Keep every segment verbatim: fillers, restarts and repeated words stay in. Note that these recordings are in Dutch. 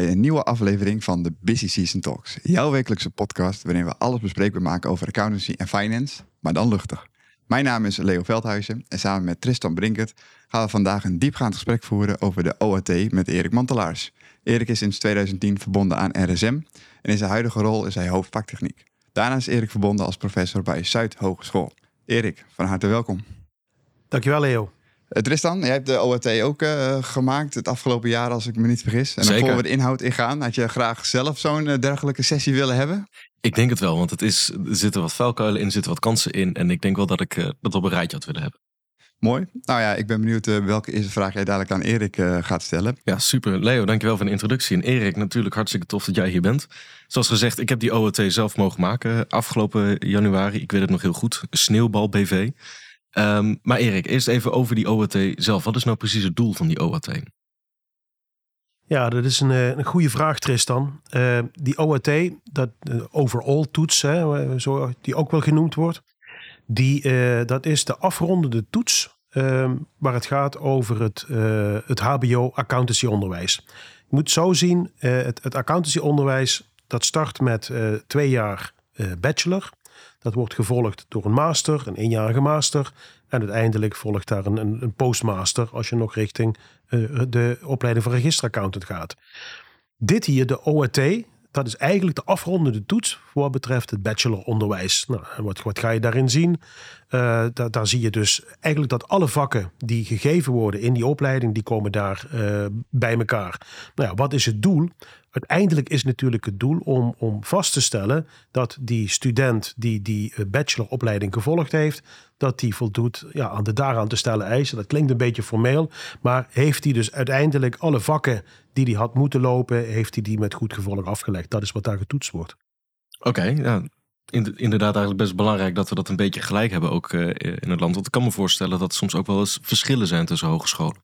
bij een nieuwe aflevering van de Busy Season Talks. Jouw wekelijkse podcast waarin we alles bespreekbaar maken over accountancy en finance, maar dan luchtig. Mijn naam is Leo Veldhuizen en samen met Tristan Brinkert gaan we vandaag een diepgaand gesprek voeren over de O A T met Erik Mantelaars. Erik is sinds twintig tien verbonden aan R S M en in zijn huidige rol is hij hoofd vaktechniek. Daarna is Erik verbonden als professor bij Zuid Hogeschool. Erik, van harte welkom. Dankjewel, Leo. Uh, Tristan, jij hebt de O A T ook uh, gemaakt het afgelopen jaar, als ik me niet vergis. En Zeker. voor we de inhoud ingaan, had je graag zelf zo'n uh, dergelijke sessie willen hebben? Ik denk het wel, want het is, er zitten wat vuilkuilen in, er zitten wat kansen in. En ik denk wel dat ik uh, dat op een rijtje had willen hebben. Mooi. Nou ja, ik ben benieuwd uh, welke eerste vraag jij dadelijk aan Erik uh, gaat stellen. Ja, super. Leo, dankjewel voor de introductie. En Erik, natuurlijk hartstikke tof dat jij hier bent. Zoals gezegd, ik heb die O A T zelf mogen maken afgelopen januari. Ik weet het nog heel goed. Sneeuwbal B V. Um, maar Erik, eerst even over die O A T zelf. Wat is nou precies het doel van die O A T? Ja, dat is een, een goede vraag, Tristan. Uh, die O A T, dat uh, overall toets, hè, zo die ook wel genoemd wordt, die, uh, dat is de afrondende toets uh, waar het gaat over het, uh, het H B O accountancyonderwijs. Je moet het zo zien, uh, het, het accountancyonderwijs, dat start met uh, twee jaar uh, bachelor. Dat wordt gevolgd door een master, een eenjarige master. En uiteindelijk volgt daar een, een, een postmaster als je nog richting uh, de opleiding van registeraccountant gaat. Dit hier, de O A T, dat is eigenlijk de afrondende toets voor wat betreft het bacheloronderwijs. Nou, wat, wat ga je daarin zien? Uh, da, daar zie je dus eigenlijk dat alle vakken die gegeven worden in die opleiding, die komen daar uh, bij elkaar. Nou ja, wat is het doel? Uiteindelijk is natuurlijk het doel om, om vast te stellen dat die student die die bacheloropleiding gevolgd heeft, dat die voldoet ja, aan de daaraan te stellen eisen. Dat klinkt een beetje formeel, maar heeft hij dus uiteindelijk alle vakken die hij had moeten lopen, heeft hij die met goed gevolg afgelegd. Dat is wat daar getoetst wordt. Oké, okay, ja, inderdaad eigenlijk best belangrijk dat we dat een beetje gelijk hebben ook uh, in het land. Want ik kan me voorstellen dat er soms ook wel eens verschillen zijn tussen hogescholen.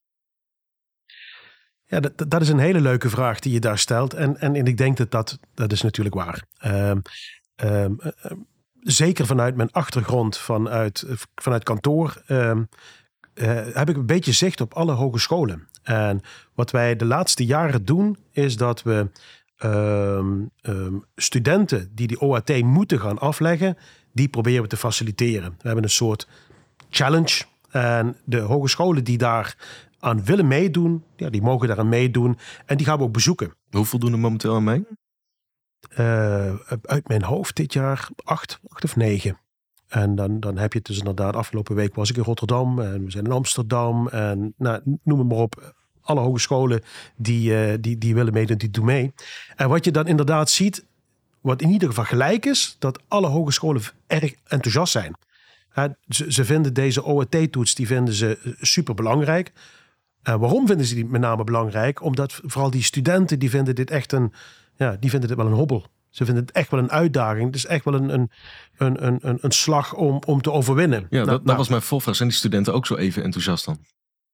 Ja, dat, dat is een hele leuke vraag die je daar stelt. En, en, en ik denk dat dat, dat is natuurlijk waar. Um, um, uh, zeker vanuit mijn achtergrond, vanuit, vanuit kantoor, um, uh, heb ik een beetje zicht op alle hogescholen. En wat wij de laatste jaren doen, is dat we um, um, studenten die die O A T moeten gaan afleggen, die proberen we te faciliteren. We hebben een soort challenge. En de hogescholen die daar aan willen meedoen, ja, die mogen daaraan meedoen. En die gaan we ook bezoeken. Hoeveel doen er momenteel aan mee? Uh, uit mijn hoofd dit jaar acht, acht of negen. En dan, dan heb je het dus inderdaad, afgelopen week was ik in Rotterdam en we zijn in Amsterdam en nou, noem het maar op. Alle hogescholen die, uh, die, die willen meedoen, die doen mee. En wat je dan inderdaad ziet, wat in ieder geval gelijk is, dat alle hogescholen erg enthousiast zijn. Uh, ze, ze vinden deze O A T-toets, die vinden ze super belangrijk. Uh, waarom vinden ze die met name belangrijk? Omdat vooral die studenten, die vinden dit echt een, ja, die vinden dit wel een hobbel. Ze vinden het echt wel een uitdaging. Het is echt wel een, een, een, een, een slag om, om te overwinnen. Ja, dat, nou, dat nou, was mijn volvraag. Zijn die studenten ook zo even enthousiast dan?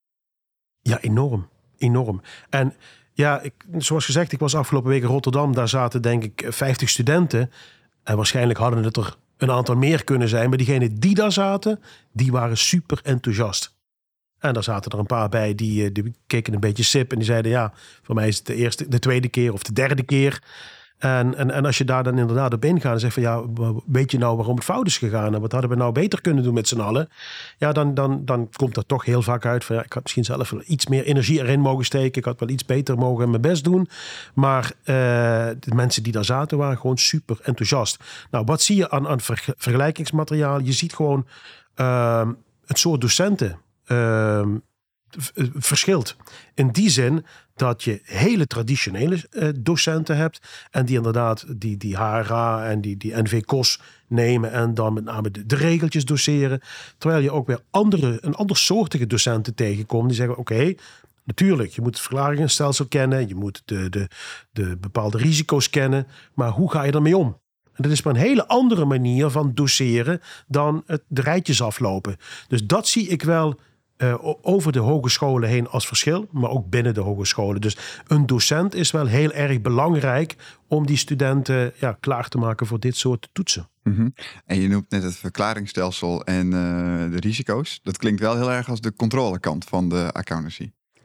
Ja, enorm. Enorm. En ja, ik, zoals gezegd, ik was afgelopen week in Rotterdam. Daar zaten denk ik vijftig studenten. En waarschijnlijk hadden het er een aantal meer kunnen zijn. Maar diegenen die daar zaten, die waren super enthousiast. En daar zaten er een paar bij die, die keken een beetje sip. En die zeiden, ja, voor mij is het de eerste, de tweede keer of de derde keer. En, en, en als je daar dan inderdaad op ingaat en zegt van, ja, weet je nou waarom het fout is gegaan? En wat hadden we nou beter kunnen doen met z'n allen? Ja, dan, dan, dan komt er toch heel vaak uit van, ja, ik had misschien zelf wel iets meer energie erin mogen steken. Ik had wel iets beter mogen mijn best doen. Maar uh, de mensen die daar zaten waren gewoon super enthousiast. Nou, wat zie je aan, aan ver, vergelijkingsmateriaal? Je ziet gewoon uh, het soort docenten Uh, verschilt. In die zin dat je hele traditionele uh, docenten hebt en die inderdaad die, die H R A en die, die N V C O S nemen en dan met name de, de regeltjes doseren. Terwijl je ook weer andere, een ander soortige docenten tegenkomt die zeggen oké, okay, natuurlijk, je moet het verklaringsstelsel kennen, je moet de, de, de bepaalde risico's kennen, maar hoe ga je ermee om? En dat is maar een hele andere manier van doseren dan het, de rijtjes aflopen. Dus dat zie ik wel Uh, over de hogescholen heen als verschil, maar ook binnen de hogescholen. Dus een docent is wel heel erg belangrijk om die studenten ja, klaar te maken voor dit soort toetsen. Mm-hmm. En je noemt net het verklaringsstelsel en uh, de risico's. Dat klinkt wel heel erg als de controlekant van de accountancy.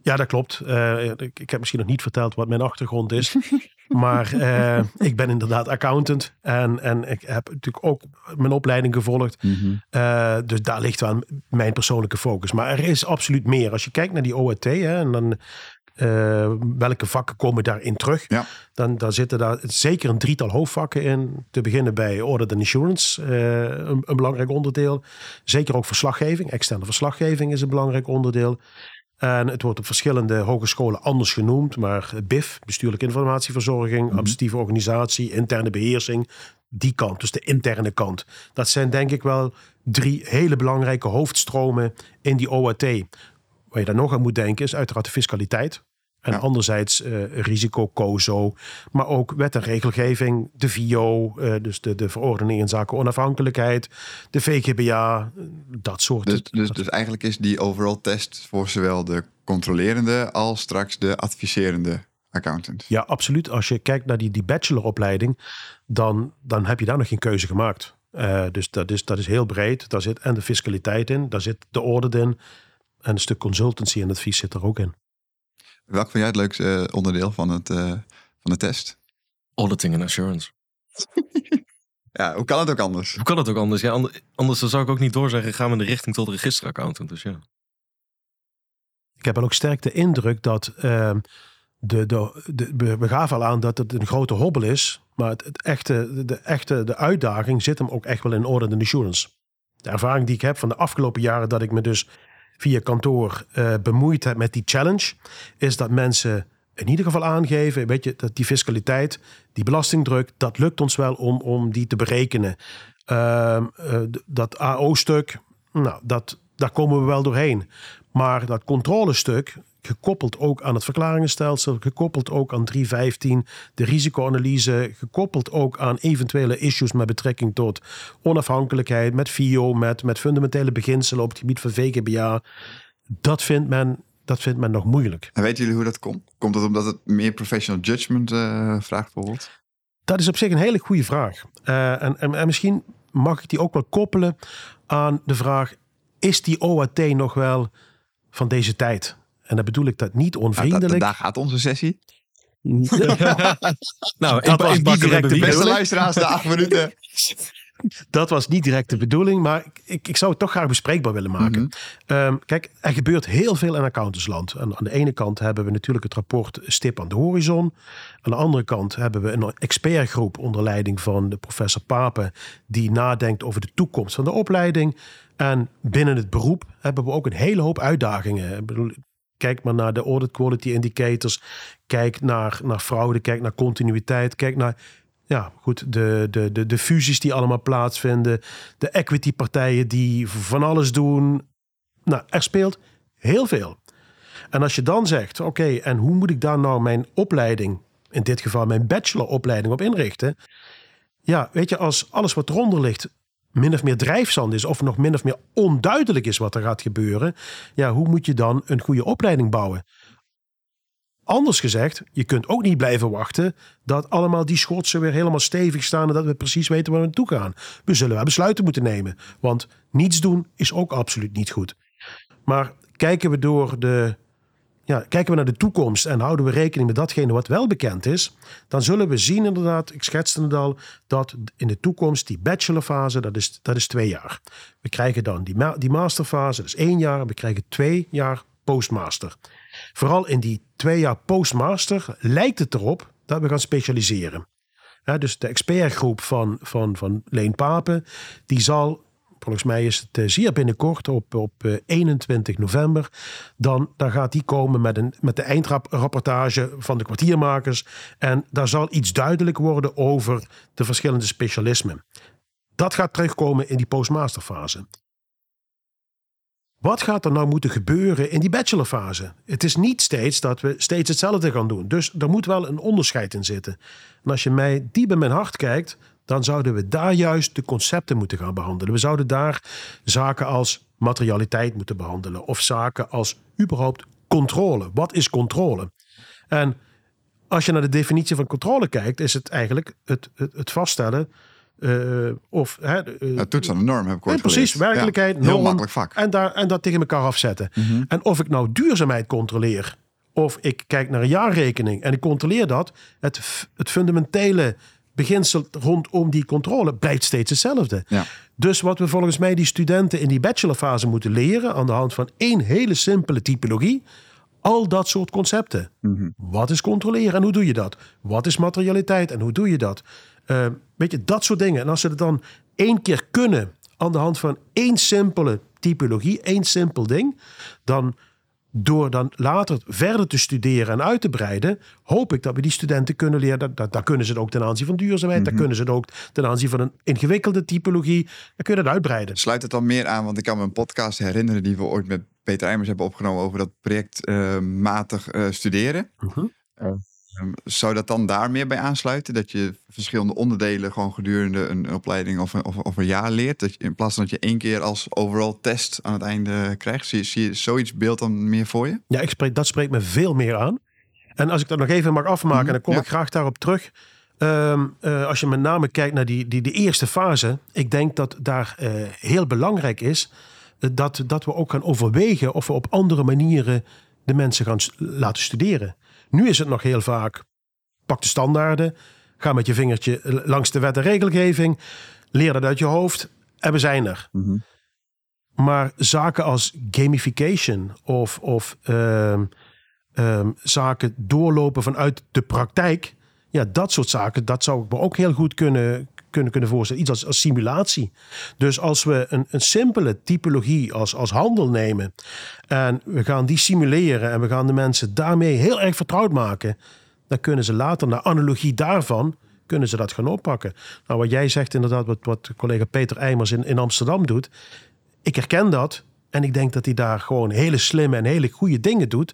Ja, dat klopt. Uh, ik, ik heb misschien nog niet verteld wat mijn achtergrond is. Maar uh, ik ben inderdaad accountant. En, en ik heb natuurlijk ook mijn opleiding gevolgd. Mm-hmm. Uh, dus daar ligt wel mijn persoonlijke focus. Maar er is absoluut meer. Als je kijkt naar die O R T, hè, en dan uh, welke vakken komen daarin terug? Ja. Dan, dan zitten daar zeker een drietal hoofdvakken in. Te beginnen bij Audit and Insurance, uh, een, een belangrijk onderdeel. Zeker ook verslaggeving. Externe verslaggeving is een belangrijk onderdeel. En het wordt op verschillende hogescholen anders genoemd. Maar B I F, bestuurlijke informatieverzorging, mm-hmm. administratieve organisatie, interne beheersing. Die kant, dus de interne kant. Dat zijn denk ik wel drie hele belangrijke hoofdstromen in die O R T. Waar je daar nog aan moet denken is uiteraard de fiscaliteit. En ja. anderzijds uh, risico, C O S O. Maar ook wet en regelgeving, de V I O. Uh, dus de, de verordening in zaken onafhankelijkheid. De V G B A, dat soort. Dus, dus, dat dus eigenlijk is die overall test voor zowel de controlerende als straks de adviserende accountant. Ja, absoluut. Als je kijkt naar die, die bacheloropleiding, dan, dan heb je daar nog geen keuze gemaakt. Uh, dus dat is, dat is heel breed. Daar zit en de fiscaliteit in, daar zit de audit in. En een stuk consultancy en advies zit er ook in. Welk vind jij het leukste uh, onderdeel van, het, uh, van de test? Auditing en assurance. Ja, hoe kan het ook anders? Hoe kan het ook anders? Ja, anders, anders zou ik ook niet doorzeggen, gaan we in de richting tot de registeraccountant. Dus ja. Ik heb wel ook sterk de indruk dat uh, de, de, de, we gaven al aan dat het een grote hobbel is. Maar het, het echte, de, echte de uitdaging zit hem ook echt wel in audit and assurance. De ervaring die ik heb van de afgelopen jaren dat ik me dus via kantoor uh, bemoeid heb met die challenge, is dat mensen in ieder geval aangeven, weet je, dat die fiscaliteit, die belastingdruk, dat lukt ons wel om, om die te berekenen. Uh, uh, dat A O-stuk, nou, dat, daar komen we wel doorheen. Maar dat controlestuk, gekoppeld ook aan het verklaringenstelsel, gekoppeld ook aan drie vijftien, de risicoanalyse, gekoppeld ook aan eventuele issues met betrekking tot onafhankelijkheid, met V I O, met, met fundamentele beginselen op het gebied van V G B A. Dat vindt men, dat vindt men nog moeilijk. En weten jullie hoe dat komt? Komt het omdat het meer professional judgment uh, vraagt bijvoorbeeld? Dat is op zich een hele goede vraag. Uh, en, en, en misschien mag ik die ook wel koppelen aan de vraag, is die O R T nog wel van deze tijd? En dan bedoel ik dat niet onvriendelijk. Ja, dat, daar gaat onze sessie. nou, dat was niet direct de beste luisteraars de acht minuten. Dat was niet direct de bedoeling, maar ik, ik zou het toch graag bespreekbaar willen maken. Mm-hmm. Um, kijk, er gebeurt heel veel in accountantsland. En aan de ene kant hebben we natuurlijk het rapport Stip aan de horizon. Aan de andere kant hebben we een expertgroep onder leiding van de professor Papen, die nadenkt over de toekomst van de opleiding. En binnen het beroep hebben we ook een hele hoop uitdagingen. Ik bedoel, kijk maar naar de audit quality indicators. Kijk naar, naar fraude. Kijk naar continuïteit. Kijk naar ja, goed, de, de, de, de fusies die allemaal plaatsvinden. De equity partijen die van alles doen. Nou, er speelt heel veel. En als je dan zegt, oké, okay, en hoe moet ik daar nou mijn opleiding, in dit geval mijn bacheloropleiding, op inrichten? Ja, weet je, als alles wat eronder ligt min of meer drijfzand is, of nog min of meer onduidelijk is wat er gaat gebeuren, ja, hoe moet je dan een goede opleiding bouwen? Anders gezegd, je kunt ook niet blijven wachten dat allemaal die schotsen weer helemaal stevig staan en dat we precies weten waar we naartoe gaan. We zullen wel besluiten moeten nemen, want niets doen is ook absoluut niet goed. Maar kijken we door de, ja, kijken we naar de toekomst en houden we rekening met datgene wat wel bekend is, dan zullen we zien inderdaad, ik schetste het al, dat in de toekomst die bachelorfase, dat is, dat is twee jaar. We krijgen dan die, ma- die masterfase, dat is één jaar, en we krijgen twee jaar postmaster. Vooral in die twee jaar postmaster lijkt het erop dat we gaan specialiseren. Ja, dus de expertgroep van, van, van Leen Papen, die zal, volgens mij is het zeer binnenkort op, op eenentwintig november, dan, dan gaat die komen met, een, met de eindrapportage van de kwartiermakers. En daar zal iets duidelijk worden over de verschillende specialismen. Dat gaat terugkomen in die postmasterfase. Wat gaat er nou moeten gebeuren in die bachelorfase? Het is niet steeds dat we steeds hetzelfde gaan doen. Dus er moet wel een onderscheid in zitten. En als je mij diep in mijn hart kijkt, dan zouden we daar juist de concepten moeten gaan behandelen. We zouden daar zaken als materialiteit moeten behandelen. Of zaken als überhaupt controle. Wat is controle? En als je naar de definitie van controle kijkt, is het eigenlijk het, het, het vaststellen Uh, of, hè, uh, ja, toets aan de norm heb ik ooit ja, precies, geleerd. werkelijkheid, ja, heel norm, makkelijk vak. En, daar, en dat tegen elkaar afzetten. Mm-hmm. En of ik nou duurzaamheid controleer, of ik kijk naar een jaarrekening en ik controleer dat, het, het fundamentele beginsel rondom die controle blijft steeds hetzelfde. Ja. Dus wat we volgens mij die studenten in die bachelorfase moeten leren, aan de hand van één hele simpele typologie, al dat soort concepten. Mm-hmm. Wat is controleren en hoe doe je dat? Wat is materialiteit en hoe doe je dat? Uh, weet je, dat soort dingen. En als ze het dan één keer kunnen aan de hand van één simpele typologie, één simpel ding, dan door dan later verder te studeren en uit te breiden, hoop ik dat we die studenten kunnen leren. Dat, dat, dat kunnen ze het ook ten aanzien van duurzaamheid. Mm-hmm. Dat kunnen ze het ook ten aanzien van een ingewikkelde typologie. Dan kun je dat uitbreiden. Sluit het dan meer aan, want ik kan me een podcast herinneren die we ooit met Peter Eimers hebben opgenomen over dat projectmatig uh, uh, studeren. Mm-hmm. Uh, um, zou dat dan daar meer bij aansluiten? Dat je verschillende onderdelen gewoon gedurende een, een opleiding of een, of, of een jaar leert? Dat je, in plaats van dat je één keer als overall test aan het einde krijgt. Zie, zie je zoiets beeld dan meer voor je? Ja, ik spreek, dat spreekt me veel meer aan. En als ik dat nog even mag afmaken, mm-hmm. dan kom ja. ik graag daarop terug. Um, uh, als je met name kijkt naar die, die, die eerste fase. Ik denk dat daar uh, heel belangrijk is Dat, dat we ook gaan overwegen of we op andere manieren de mensen gaan laten studeren. Nu is het nog heel vaak, pak de standaarden, ga met je vingertje langs de wet en regelgeving, leer dat uit je hoofd en we zijn er. Mm-hmm. Maar zaken als gamification of, of um, um, zaken doorlopen vanuit de praktijk, ja, dat soort zaken, dat zou ik me ook heel goed kunnen... Kunnen, kunnen voorstellen. Iets als, als simulatie. Dus als we een, een simpele typologie als, als handel nemen en we gaan die simuleren en we gaan de mensen daarmee heel erg vertrouwd maken, dan kunnen ze later naar analogie daarvan kunnen ze dat gaan oppakken. Nou, wat jij zegt inderdaad, wat, wat collega Peter Eimers in, in Amsterdam doet, ik herken dat en ik denk dat hij daar gewoon hele slimme en hele goede dingen doet.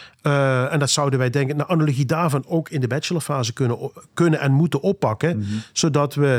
Uh, en dat zouden wij denken, naar analogie daarvan ook in de bachelorfase kunnen, kunnen en moeten oppakken. Mm-hmm. Zodat we,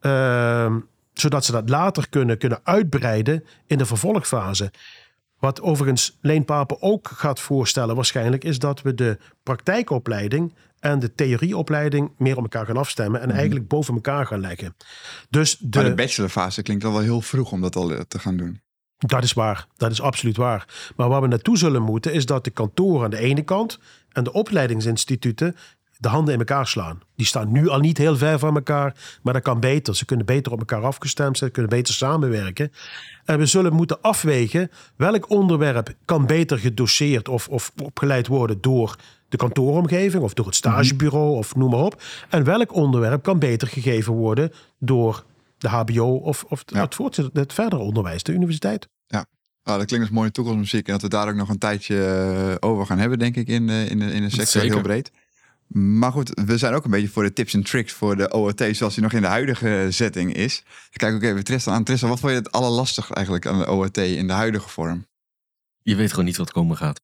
uh, zodat ze dat later kunnen, kunnen uitbreiden in de vervolgfase. Wat overigens Leen Papen ook gaat voorstellen waarschijnlijk, is dat we de praktijkopleiding en de theorieopleiding meer op elkaar gaan afstemmen en mm-hmm. eigenlijk boven elkaar gaan leggen. Dus de, maar de bachelorfase klinkt al wel heel vroeg om dat al te gaan doen. Dat is waar, dat is absoluut waar. Maar waar we naartoe zullen moeten is dat de kantoren aan de ene kant en de opleidingsinstituten de handen in elkaar slaan. Die staan nu al niet heel ver van elkaar, maar dat kan beter. Ze kunnen beter op elkaar afgestemd zijn, kunnen beter samenwerken. En we zullen moeten afwegen welk onderwerp kan beter gedoseerd of, of opgeleid worden door de kantooromgeving of door het stagebureau mm-hmm. of noem maar op. En welk onderwerp kan beter gegeven worden door de H B O of, of ja. het, voortzet, het verdere onderwijs, de universiteit. Ja, nou, dat klinkt als mooie toekomstmuziek. En dat we daar ook nog een tijdje over gaan hebben, denk ik, in de, in de, in de sector. Zeker. Heel breed. Maar goed, we zijn ook een beetje voor de tips en tricks voor de O O T, zoals die nog in de huidige setting is. Ik kijk ook even Tristan aan. Tristan, wat vond je het allerlastig eigenlijk aan de O O T in de huidige vorm? Je weet gewoon niet wat komen gaat.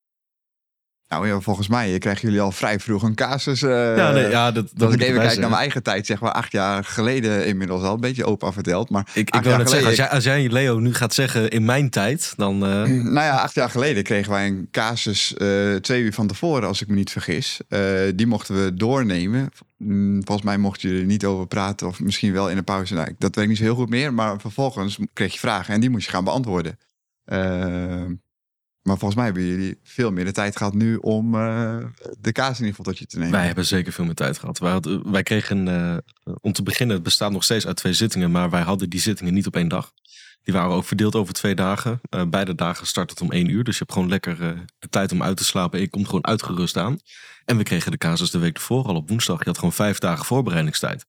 Nou ja, volgens mij krijgen jullie al vrij vroeg een casus. Uh, ja, nee, ja, dat, dat als ik even kijk naar mijn eigen tijd, zeg maar acht jaar geleden inmiddels al. Een beetje open verteld. Maar ik, ik wil net zeggen, als jij, als jij Leo nu gaat zeggen in mijn tijd, dan... Uh... Nou ja, acht jaar geleden kregen wij een casus uh, twee uur van tevoren, als ik me niet vergis. Uh, die mochten we doornemen. Volgens mij mochten jullie er niet over praten of misschien wel in een pauze. Nou, dat weet ik niet zo heel goed meer. Maar vervolgens kreeg je vragen en die moest je gaan beantwoorden. Uh, Maar volgens mij hebben jullie veel meer de tijd gehad nu om uh, de kaas in ieder geval tot je te nemen. Wij hebben zeker veel meer tijd gehad. Wij, hadden, wij kregen, uh, om te beginnen, het bestaat nog steeds uit twee zittingen. Maar wij hadden die zittingen niet op één dag. Die waren ook verdeeld over twee dagen. Uh, beide dagen start het om één uur. Dus je hebt gewoon lekker uh, de tijd om uit te slapen. En je komt gewoon uitgerust aan. En we kregen de casus de week ervoor al op woensdag. Je had gewoon vijf dagen voorbereidingstijd.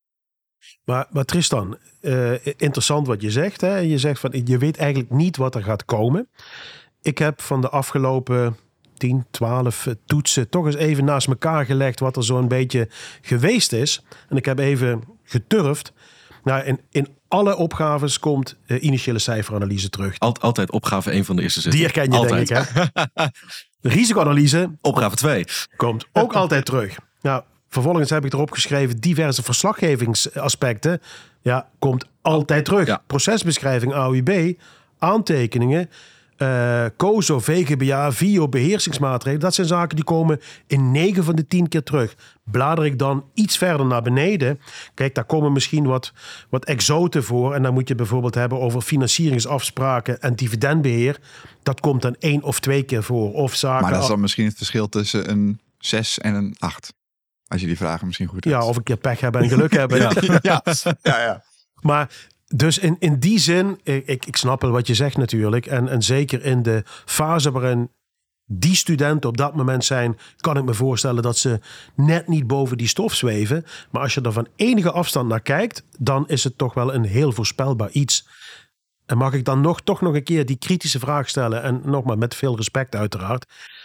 Maar, maar Tristan, uh, interessant wat je zegt. Hè? Je zegt van, je weet eigenlijk niet wat er gaat komen. Ik heb van de afgelopen tien, twaalf toetsen toch eens even naast elkaar gelegd wat er zo'n beetje geweest is. En ik heb even geturfd. Nou, in, in alle opgaves komt uh, initiële cijferanalyse terug. Alt, altijd opgave één van de eerste zittingen. Die herken je altijd. Denk ik. Hè? De risicoanalyse. Opgave twee. Komt ook altijd terug. Nou, vervolgens heb ik erop geschreven diverse verslaggevingsaspecten. Ja, komt altijd terug. Ja. Procesbeschrijving, A U B, aantekeningen. uh, COSO, V G B A, V I O, beheersingsmaatregelen. Dat zijn zaken die komen in negen van de tien keer terug. Blader ik dan iets verder naar beneden. Kijk, daar komen misschien wat, wat exoten voor. En dan moet je bijvoorbeeld hebben over financieringsafspraken en dividendbeheer. Dat komt dan één of twee keer voor. Of zaken, maar dat is dan misschien het verschil tussen een zes en een acht. Als je die vragen misschien goed hebt. Ja, of een keer pech hebben en geluk hebben. ja. ja, ja, ja. Maar dus in, in die zin, ik, ik snap wel wat je zegt natuurlijk. En, en zeker in de fase waarin die studenten op dat moment zijn, kan ik me voorstellen dat ze net niet boven die stof zweven. Maar als je er van enige afstand naar kijkt, dan is het toch wel een heel voorspelbaar iets. En mag ik dan nog, toch nog een keer die kritische vraag stellen, en nogmaals met veel respect uiteraard.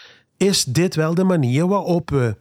Is dit wel de manier waarop we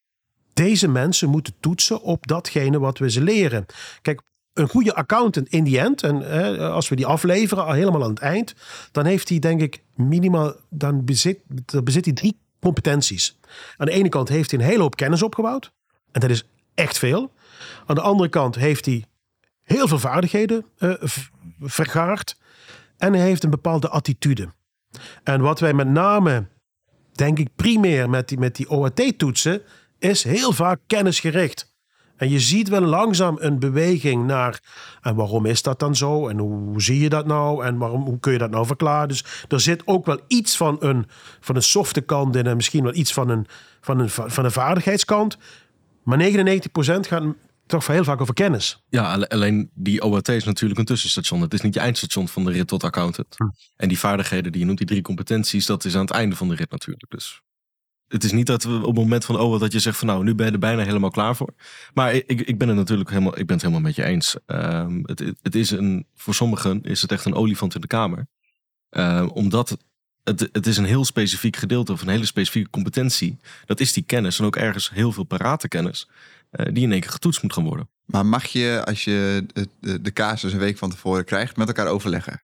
deze mensen moeten toetsen op datgene wat we ze leren? Kijk, een goede accountant in die end, en eh, als we die afleveren, al helemaal aan het eind, dan heeft hij denk ik minimaal, dan bezit, dan bezit hij drie competenties. Aan de ene kant heeft hij een hele hoop kennis opgebouwd, en dat is echt veel. Aan de andere kant heeft hij heel veel vaardigheden uh, vergaard, en hij heeft een bepaalde attitude. En wat wij met name, denk ik primair met die, met die O A T-toetsen, is heel vaak kennisgericht. En je ziet wel langzaam een beweging naar, en waarom is dat dan zo? En hoe, hoe zie je dat nou? En waarom, hoe kun je dat nou verklaren? Dus er zit ook wel iets van een, van een softe kant in en misschien wel iets van een, van een, van een vaardigheidskant. Maar negenennegentig procent gaat toch heel vaak over kennis. Ja, alleen die O A T is natuurlijk een tussenstation. Het is niet je eindstation van de rit tot accountant. Hm. En die vaardigheden die je noemt, die drie competenties, dat is aan het einde van de rit natuurlijk. Dus het is niet dat we op het moment van oh, dat je zegt van nou, nu ben je er bijna helemaal klaar voor. Maar ik, ik ben het natuurlijk helemaal, ik ben het helemaal met je eens. Um, het, het is een, voor sommigen is het echt een olifant in de kamer. Uh, omdat het, het is een heel specifiek gedeelte of een hele specifieke competentie. Dat is die kennis en ook ergens heel veel parate kennis uh, die in één keer getoetst moet gaan worden. Maar mag je, als je de, de, de casus een week van tevoren krijgt, met elkaar overleggen?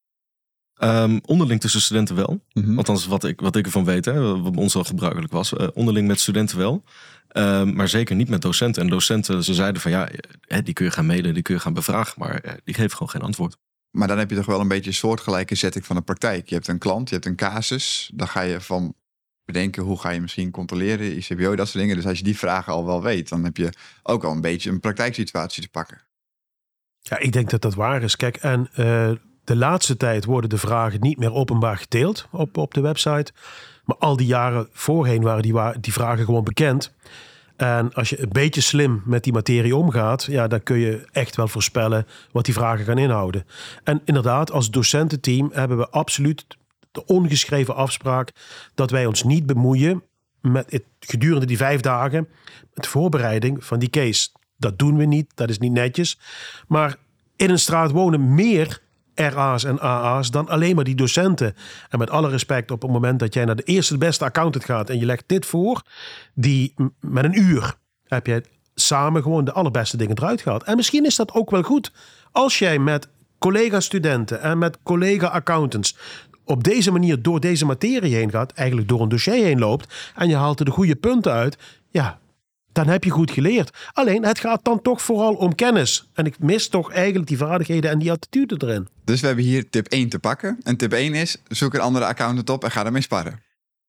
Um, onderling tussen studenten wel. Mm-hmm. Althans, wat ik, wat ik ervan weet, hè, wat bij ons al gebruikelijk was. Uh, onderling met studenten wel. Um, maar zeker niet met docenten. En docenten, ze zeiden van ja, die kun je gaan mailen, die kun je gaan bevragen. Maar uh, die geven gewoon geen antwoord. Maar dan heb je toch wel een beetje een soortgelijke setting van de praktijk. Je hebt een klant, je hebt een casus. Dan ga je van bedenken, hoe ga je misschien controleren, I C B O, dat soort dingen. Dus als je die vragen al wel weet, dan heb je ook al een beetje een praktijksituatie te pakken. Ja, ik denk dat dat waar is. Kijk, en uh, de laatste tijd worden de vragen niet meer openbaar gedeeld op, op de website. Maar al die jaren voorheen waren die, die vragen gewoon bekend. En als je een beetje slim met die materie omgaat, ja, dan kun je echt wel voorspellen wat die vragen gaan inhouden. En inderdaad, als docententeam hebben we absoluut de ongeschreven afspraak dat wij ons niet bemoeien met het, gedurende die vijf dagen met de voorbereiding van die case. Dat doen we niet, dat is niet netjes. Maar in een straat wonen meer R A's en A A's dan alleen maar die docenten. En met alle respect, op het moment dat jij naar de eerste de beste accountant gaat en je legt dit voor, die met een uur heb jij samen gewoon de allerbeste dingen eruit gehaald. En misschien is dat ook wel goed als jij met collega-studenten en met collega-accountants op deze manier door deze materie heen gaat, eigenlijk door een dossier heen loopt en je haalt er de goede punten uit, ja, dan heb je goed geleerd. Alleen, het gaat dan toch vooral om kennis. En ik mis toch eigenlijk die vaardigheden en die attitude erin. Dus we hebben hier tip één te pakken. En tip één is, zoek een andere accountant op en ga daarmee sparren.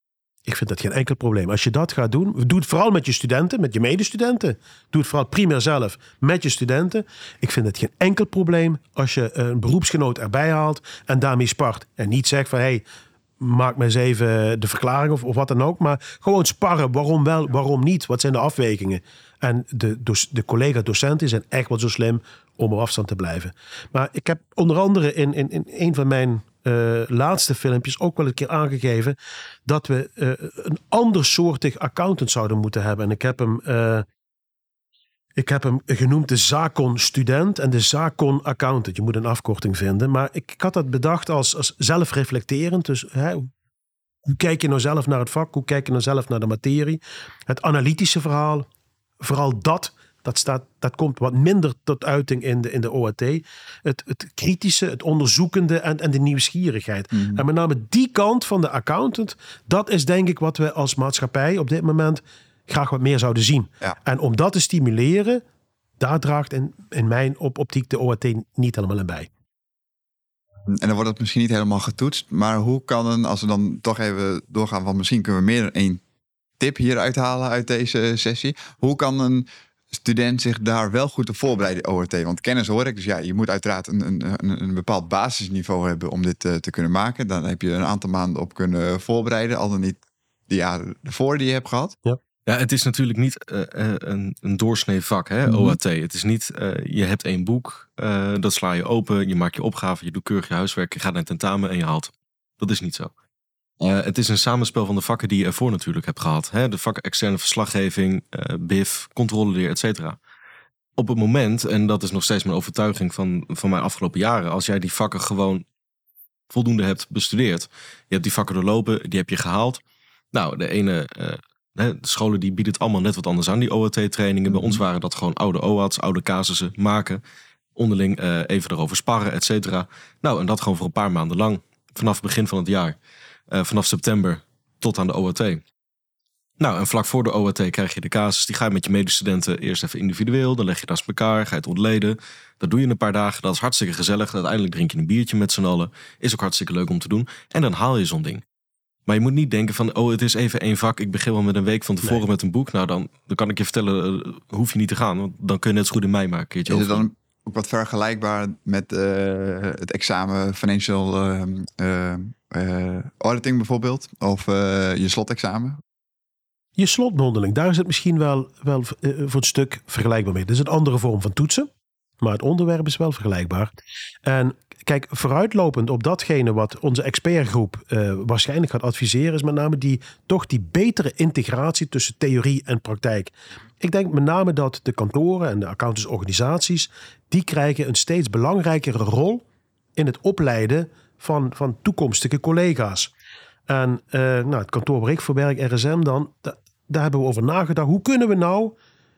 Ik vind dat geen enkel probleem. Als je dat gaat doen, doe het vooral met je studenten, met je medestudenten. Doe het vooral primair zelf met je studenten. Ik vind het geen enkel probleem als je een beroepsgenoot erbij haalt en daarmee spart. En niet zegt van, hey, maak me eens even de verklaring of, of wat dan ook. Maar gewoon sparren. Waarom wel, waarom niet? Wat zijn de afwegingen? En de, de collega-docenten zijn echt wel zo slim om op afstand te blijven. Maar ik heb onder andere in, in, in een van mijn uh, laatste filmpjes ook wel een keer aangegeven dat we uh, een andersoortig accountant zouden moeten hebben. En ik heb hem, uh, ik heb hem genoemd de Zakon-student en de Zakon-accountant. Je moet een afkorting vinden. Maar ik, ik had dat bedacht als, als zelfreflecterend. Dus hè, hoe kijk je nou zelf naar het vak? Hoe kijk je nou zelf naar de materie? Het analytische verhaal, vooral dat, dat, staat, dat komt wat minder tot uiting in de, in de O A T. Het, het kritische, het onderzoekende en, en de nieuwsgierigheid. Mm. En met name die kant van de accountant, dat is denk ik wat we als maatschappij op dit moment graag wat meer zouden zien. Ja. En om dat te stimuleren, daar draagt in, in mijn op optiek de O A T niet helemaal in bij. En dan wordt het misschien niet helemaal getoetst. Maar hoe kan een, als we dan toch even doorgaan, want misschien kunnen we meer dan één tip hier uithalen uit deze sessie. Hoe kan een student zich daar wel goed op voorbereiden, O R T? Want kennis hoor ik, dus ja, je moet uiteraard een, een, een bepaald basisniveau hebben om dit uh, te kunnen maken. Dan heb je een aantal maanden op kunnen voorbereiden, al dan niet de jaren ervoor die je hebt gehad. Ja. Ja, het is natuurlijk niet uh, een, een doorsnee vak, hè, mm-hmm. O A T. Het is niet, uh, je hebt één boek, uh, dat sla je open, je maakt je opgave, je doet keurig je huiswerk, je gaat naar een tentamen en je haalt. Dat is niet zo. Uh, het is een samenspel van de vakken die je ervoor natuurlijk hebt gehad. Hè? De vakken externe verslaggeving, uh, B I F, controleleer, et cetera. Op het moment, en dat is nog steeds mijn overtuiging van, van mijn afgelopen jaren, als jij die vakken gewoon voldoende hebt bestudeerd, je hebt die vakken doorlopen, die heb je gehaald. Nou, de ene... Uh, De scholen die bieden het allemaal net wat anders aan, die O A T-trainingen. Bij ons waren dat gewoon oude O A T's, oude casussen maken. Onderling uh, even erover sparren, et cetera. Nou, en dat gewoon voor een paar maanden lang. Vanaf het begin van het jaar. Uh, vanaf september tot aan de O A T. Nou, en vlak voor de O A T krijg je de casus. Die ga je met je medestudenten eerst even individueel. Dan leg je naast elkaar, ga je het ontleden. Dat doe je een paar dagen. Dat is hartstikke gezellig. Uiteindelijk drink je een biertje met z'n allen. Is ook hartstikke leuk om te doen. En dan haal je zo'n ding. Maar je moet niet denken van, oh, het is even één vak. Ik begin wel met een week van tevoren nee. met een boek. Nou, dan, dan kan ik je vertellen, uh, hoef je niet te gaan. Want dan kun je net zo goed in mei maken. Keertje is het dan ook wat vergelijkbaar met uh, het examen financial uh, uh, uh, auditing bijvoorbeeld? Of uh, je slotexamen? Je slotmondeling, daar is het misschien wel, wel uh, voor een stuk vergelijkbaar mee. Het is een andere vorm van toetsen. Maar het onderwerp is wel vergelijkbaar. En kijk, vooruitlopend op datgene wat onze expertgroep uh, waarschijnlijk gaat adviseren, is met name die, toch die betere integratie tussen theorie en praktijk. Ik denk met name dat de kantoren en de accountantsorganisaties, die krijgen een steeds belangrijkere rol in het opleiden van, van toekomstige collega's. En uh, nou, het kantoor waar ik voor werk, R S M dan, da, daar hebben we over nagedacht. Hoe kunnen we nou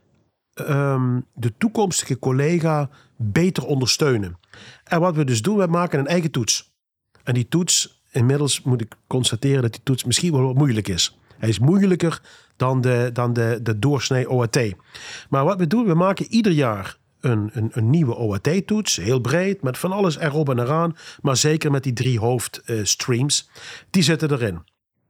Um, de toekomstige collega beter ondersteunen? En wat we dus doen, we maken een eigen toets. En die toets, inmiddels moet ik constateren dat die toets misschien wel wat moeilijk is. Hij is moeilijker dan de, dan de, de doorsnee O A T. Maar wat we doen, we maken ieder jaar een, een, een nieuwe O A T-toets. Heel breed, met van alles erop en eraan. Maar zeker met die drie hoofdstreams. Uh, die zitten erin.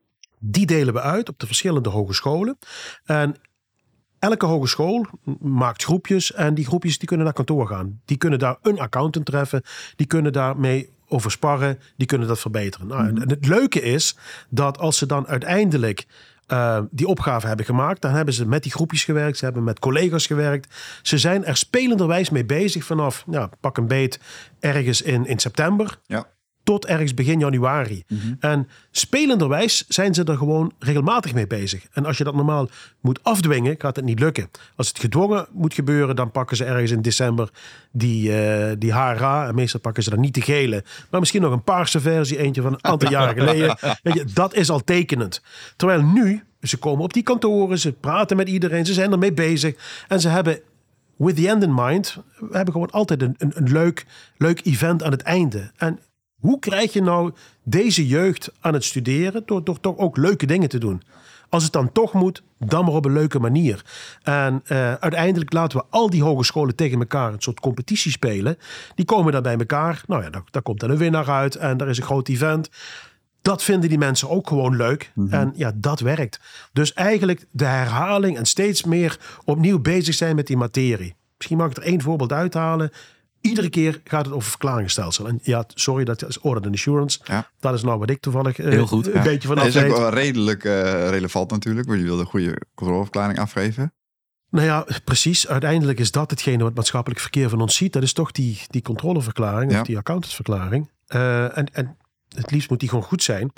Die delen we uit op de verschillende hogescholen. En elke hogeschool maakt groepjes en die groepjes die kunnen naar kantoor gaan. Die kunnen daar een accountant treffen. Die kunnen daarmee over sparren. Die kunnen dat verbeteren. Nou, en het leuke is dat als ze dan uiteindelijk uh, die opgave hebben gemaakt, dan hebben ze met die groepjes gewerkt. Ze hebben met collega's gewerkt. Ze zijn er spelenderwijs mee bezig vanaf, ja, pak een beet, ergens in, in september. Ja. Tot ergens begin januari. Mm-hmm. En spelenderwijs zijn ze er gewoon regelmatig mee bezig. En als je dat normaal moet afdwingen, gaat het niet lukken. Als het gedwongen moet gebeuren, dan pakken ze ergens in december die, uh, die H R A. En meestal pakken ze dan niet de gele, maar misschien nog een paarse versie, eentje van een aantal jaren geleden. Weet je, dat is al tekenend. Terwijl nu, ze komen op die kantoren, ze praten met iedereen, ze zijn ermee bezig. En ze hebben, with the end in mind, we hebben gewoon altijd een, een, een leuk, leuk event aan het einde. En hoe krijg je nou deze jeugd aan het studeren door, door toch ook leuke dingen te doen? Als het dan toch moet, dan maar op een leuke manier. En uh, uiteindelijk laten we al die hogescholen tegen elkaar een soort competitie spelen. Die komen dan bij elkaar. Nou ja, daar, daar komt dan een winnaar uit en daar is een groot event. Dat vinden die mensen ook gewoon leuk. Mm-hmm. En ja, dat werkt. Dus eigenlijk de herhaling en steeds meer opnieuw bezig zijn met die materie. Misschien mag ik er één voorbeeld uithalen. Iedere keer gaat het over verklaringsstelsel. En ja, sorry, dat is audit and assurance. Ja. Dat is nou wat ik toevallig uh, Heel goed, een ja. beetje vanaf weet. Dat is ook wel redelijk uh, relevant natuurlijk. Want je wil een goede controleverklaring afgeven. Nou ja, precies. Uiteindelijk is dat hetgene wat maatschappelijk verkeer van ons ziet. Dat is toch die, die controleverklaring ja. of die accountantsverklaring. Uh, en, en het liefst moet die gewoon goed zijn.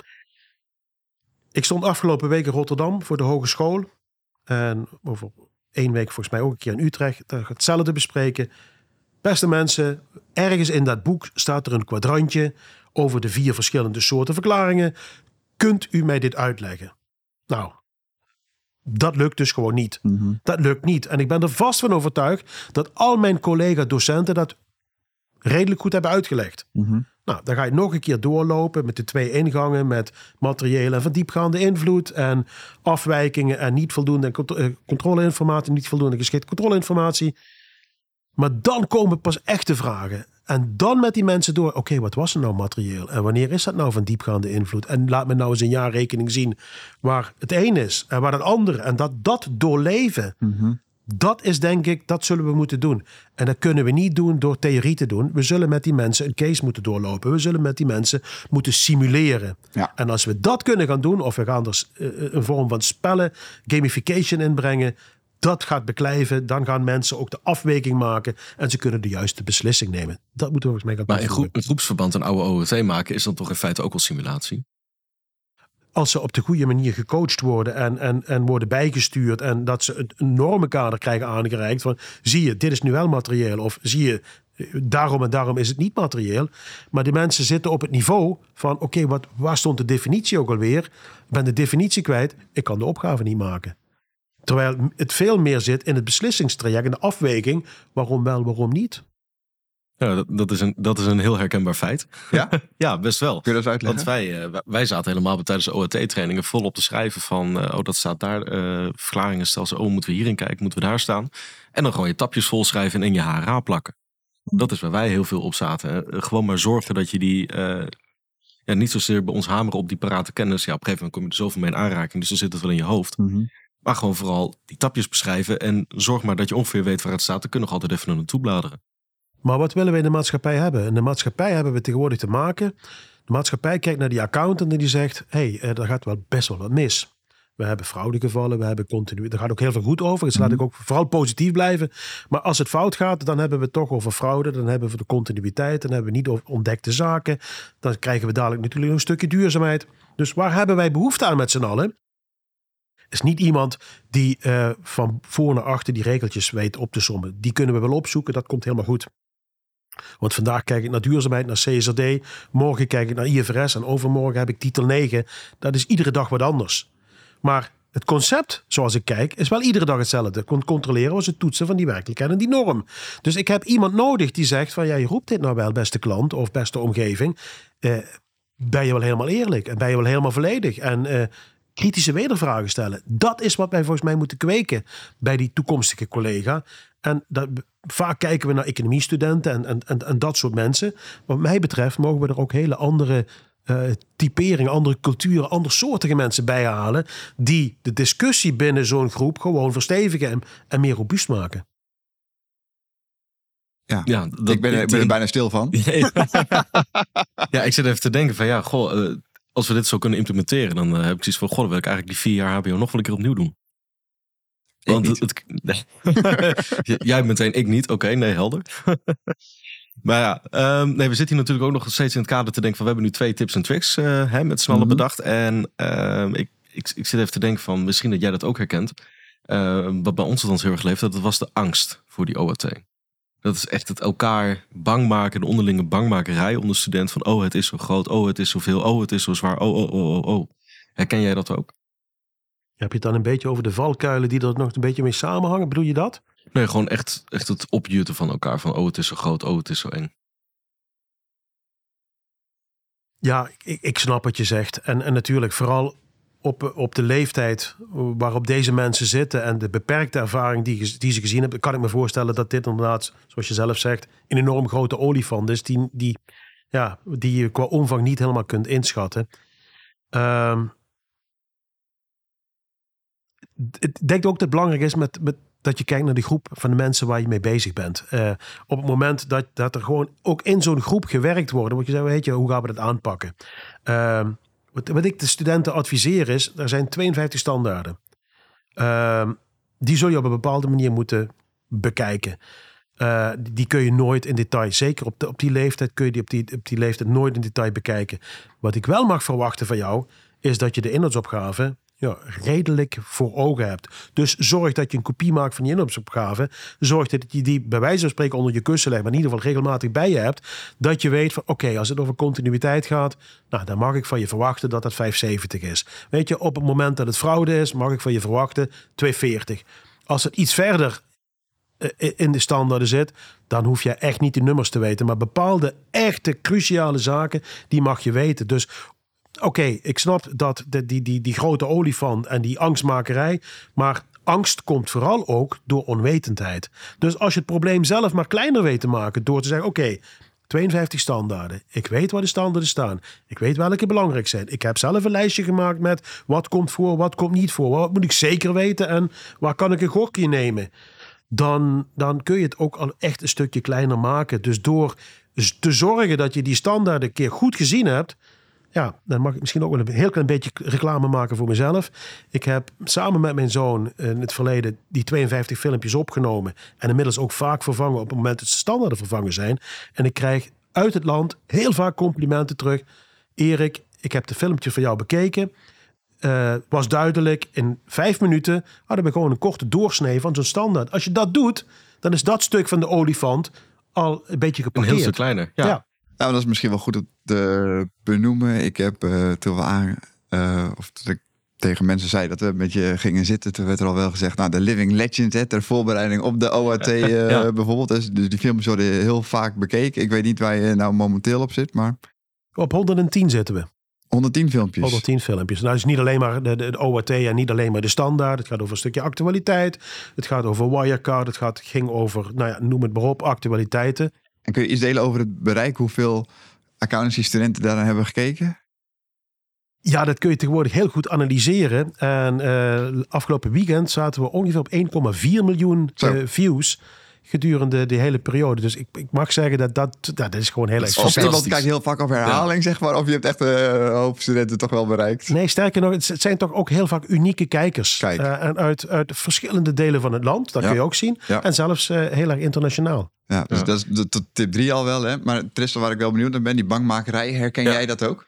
Ik stond afgelopen week in Rotterdam voor de hogeschool. En over één week volgens mij ook een keer in Utrecht. Daar gaat hetzelfde bespreken. Beste mensen, ergens in dat boek staat er een kwadrantje over de vier verschillende soorten verklaringen. Kunt u mij dit uitleggen? Nou, dat lukt dus gewoon niet. Mm-hmm. Dat lukt niet. En ik ben er vast van overtuigd dat al mijn collega-docenten dat redelijk goed hebben uitgelegd. Mm-hmm. Nou, dan ga je nog een keer doorlopen met de twee ingangen, met materiële en van diepgaande invloed en afwijkingen en niet voldoende controleinformatie, niet voldoende geschikte controleinformatie. Maar dan komen pas echte vragen. En dan met die mensen door. Oké, okay, wat was er nou materieel? En wanneer is dat nou van diepgaande invloed? En laat me nou eens een jaarrekening zien waar het een is en waar het ander. En dat dat doorleven. Mm-hmm. Dat is denk ik, dat zullen we moeten doen. En dat kunnen we niet doen door theorie te doen. We zullen met die mensen een case moeten doorlopen. We zullen met die mensen moeten simuleren. Ja. En als we dat kunnen gaan doen, of we gaan er een vorm van spellen, gamification inbrengen, dat gaat beklijven. Dan gaan mensen ook de afweging maken en ze kunnen de juiste beslissing nemen. Dat moeten we volgens mij gaan doen. Maar in groep, een groepsverband een oude O O T maken is dan toch in feite ook wel simulatie? Als ze op de goede manier gecoacht worden en, en, en worden bijgestuurd en dat ze een normenkader krijgen aangereikt van zie je, dit is nu wel materieel of zie je, daarom en daarom is het niet materieel. Maar de mensen zitten op het niveau van oké, okay, wat waar stond de definitie ook alweer? Ik ben de definitie kwijt, ik kan de opgave niet maken. Terwijl het veel meer zit in het beslissingstraject en de afweging waarom wel, waarom niet. Ja, dat, dat, is een, dat is een heel herkenbaar feit. Ja? Ja, best wel. Kun je dat uitleggen? Want wij, uh, wij zaten helemaal tijdens de O O T-trainingen volop te schrijven van uh, oh, dat staat daar. Uh, verklaringen stelsel, oh, moeten we hierin kijken, moeten we daar staan. En dan gewoon je tapjes vol schrijven en in je H R A plakken. Dat is waar wij heel veel op zaten. Uh, gewoon maar zorgen dat je die... Uh, ja, niet zozeer bij ons hameren op die parate kennis. Ja, op een gegeven moment kom je er zoveel mee in aanraking, dus dan zit het wel in je hoofd. Mm-hmm. Maar gewoon vooral die tapjes beschrijven en zorg maar dat je ongeveer weet waar het staat. Dan kun je nog altijd even naar naartoe bladeren. Maar wat willen we in de maatschappij hebben? In de maatschappij hebben we tegenwoordig te maken. De maatschappij kijkt naar die accountant en die zegt, hé, hey, er gaat wel best wel wat mis. We hebben fraudegevallen, we hebben continu. Er gaat ook heel veel goed over. Dus mm-hmm. laat ik ook vooral positief blijven. Maar als het fout gaat, dan hebben we het toch over fraude. Dan hebben we de continuïteit. Dan hebben we niet over ontdekte zaken. Dan krijgen we dadelijk natuurlijk een stukje duurzaamheid. Dus waar hebben wij behoefte aan met z'n allen? Is niet iemand die uh, van voor naar achter die regeltjes weet op te sommen. Die kunnen we wel opzoeken, dat komt helemaal goed. Want vandaag kijk ik naar duurzaamheid, naar C S R D. Morgen kijk ik naar I F R S en overmorgen heb ik titel negen. Dat is iedere dag wat anders. Maar het concept, zoals ik kijk, is wel iedere dag hetzelfde. Controleren was het toetsen van die werkelijkheid en die norm. Dus ik heb iemand nodig die zegt van ja, je roept dit nou wel, beste klant of beste omgeving. Uh, ben je wel helemaal eerlijk en ben je wel helemaal volledig en... Uh, kritische wedervragen stellen. Dat is wat wij volgens mij moeten kweken bij die toekomstige collega. En dat, vaak kijken we naar economiestudenten en, en, en, en dat soort mensen. Wat mij betreft mogen we er ook hele andere uh, typeringen, andere culturen, andersoortige mensen bij halen die de discussie binnen zo'n groep gewoon verstevigen en, en meer robuust maken. Ja, ja dat, ik ben, ik ben er bijna stil van. Ja, ik zit even te denken van ja, goh... Uh, als we dit zo kunnen implementeren, dan uh, heb ik zoiets van... goh, dan wil ik eigenlijk die vier jaar H B O nog wel een keer opnieuw doen. Want het, het, nee. Jij meteen, ik niet. Oké, okay, nee, helder. Maar ja, um, nee, we zitten hier natuurlijk ook nog steeds in het kader te denken... van we hebben nu twee tips en tricks uh, hè, met z'n allen mm-hmm. bedacht. En uh, ik, ik, ik zit even te denken van... misschien dat jij dat ook herkent. Uh, wat bij ons althans heel erg leeft, dat was de angst voor die O A T. Dat is echt het elkaar bang maken, de onderlinge bangmakerij onder student van oh, het is zo groot, oh, het is zoveel, oh, het is zo zwaar, oh, oh, oh, oh, oh. Herken jij dat ook? Heb je het dan een beetje over de valkuilen die er nog een beetje mee samenhangen? Bedoel je dat? Nee, gewoon echt, echt het opjutten van elkaar van oh, het is zo groot, oh, het is zo eng. Ja, ik, ik snap wat je zegt. En, en natuurlijk vooral op, op de leeftijd waarop deze mensen zitten en de beperkte ervaring die, die ze gezien hebben, kan ik me voorstellen dat dit inderdaad, zoals je zelf zegt, een enorm grote olifant is die, die, ja, die je qua omvang niet helemaal kunt inschatten. Um, ik denk ook dat het belangrijk is met, met dat je kijkt naar de groep van de mensen waar je mee bezig bent. Uh, op het moment dat, dat er gewoon ook in zo'n groep gewerkt wordt, dan moet je zeggen, weet je, hoe gaan we dat aanpakken? Uh, wat, wat ik de studenten adviseer is, er zijn tweeënvijftig standaarden. Uh, die zul je op een bepaalde manier moeten bekijken. Uh, die kun je nooit in detail, zeker op, de, op die leeftijd, kun je die op, die op die leeftijd nooit in detail bekijken. Wat ik wel mag verwachten van jou, is dat je de inhoudsopgave ja, redelijk voor ogen hebt. Dus zorg dat je een kopie maakt van die inhoudsopgave. Zorg dat je die bij wijze van spreken onder je kussen legt, maar in ieder geval regelmatig bij je hebt. Dat je weet van oké, okay, als het over continuïteit gaat, nou, dan mag ik van je verwachten dat dat vijfhonderdzeventig is. Weet je, op het moment dat het fraude is, mag ik van je verwachten tweehonderdveertig. Als het iets verder in de standaarden zit, dan hoef je echt niet de nummers te weten. Maar bepaalde echte cruciale zaken, die mag je weten. Dus oké, okay, ik snap dat de, die, die, die grote olifant en die angstmakerij, maar angst komt vooral ook door onwetendheid. Dus als je het probleem zelf maar kleiner weet te maken door te zeggen, oké, okay, tweeënvijftig standaarden. Ik weet waar de standaarden staan. Ik weet welke belangrijk zijn. Ik heb zelf een lijstje gemaakt met wat komt voor, wat komt niet voor. Wat moet ik zeker weten en waar kan ik een gokje nemen? Dan, dan kun je het ook al echt een stukje kleiner maken. Dus door te zorgen dat je die standaarden een keer goed gezien hebt... Ja, dan mag ik misschien ook wel een heel klein beetje reclame maken voor mezelf. Ik heb samen met mijn zoon in het verleden die tweeënvijftig filmpjes opgenomen. En inmiddels ook vaak vervangen op het moment dat de standaarden vervangen zijn. En ik krijg uit het land heel vaak complimenten terug. Erik, ik heb de filmpjes van jou bekeken. Uh, was duidelijk. In vijf minuten hadden we gewoon een korte doorsnee van zo'n standaard. Als je dat doet, dan is dat stuk van de olifant al een beetje geparkeerd. Een heel stuk kleiner, ja. ja. Nou, dat is misschien wel goed om te benoemen. Ik heb uh, toen we aan, uh, of toen ik tegen mensen zei dat we een beetje gingen zitten, toen werd er al wel gezegd, nou, de Living Legend, hè, ter voorbereiding op de O A T uh, ja. bijvoorbeeld. Dus, dus die films worden heel vaak bekeken. Ik weet niet waar je nou momenteel op zit, maar... Op honderdtien zitten we. honderdtien filmpjes. honderdtien filmpjes. Nou, het is niet alleen maar de, de, de O A T en niet alleen maar de standaard. Het gaat over een stukje actualiteit. Het gaat over Wirecard. Het gaat, ging over, nou ja, noem het maar op, actualiteiten. En kun je iets delen over het bereik? Hoeveel accountancy-studenten daarna hebben gekeken? Ja, dat kun je tegenwoordig heel goed analyseren. En uh, afgelopen weekend zaten we ongeveer op één komma vier miljoen uh, views gedurende de hele periode. Dus ik, ik mag zeggen dat dat, dat, dat is gewoon heel erg fantastisch. Of iemand kijkt heel vaak op herhaling, ja. zeg maar. Of je hebt echt een uh, hoop studenten toch wel bereikt. Nee, sterker nog, het zijn toch ook heel vaak unieke kijkers. Kijk. Uh, en uit, uit verschillende delen van het land. Dat ja. kun je ook zien. Ja. En zelfs uh, heel erg internationaal. Ja, dus ja. dat is de, de tip drie al wel. Hè? Maar Tristan, waar ik wel benieuwd naar ben, die bankmakerij, herken ja. jij dat ook?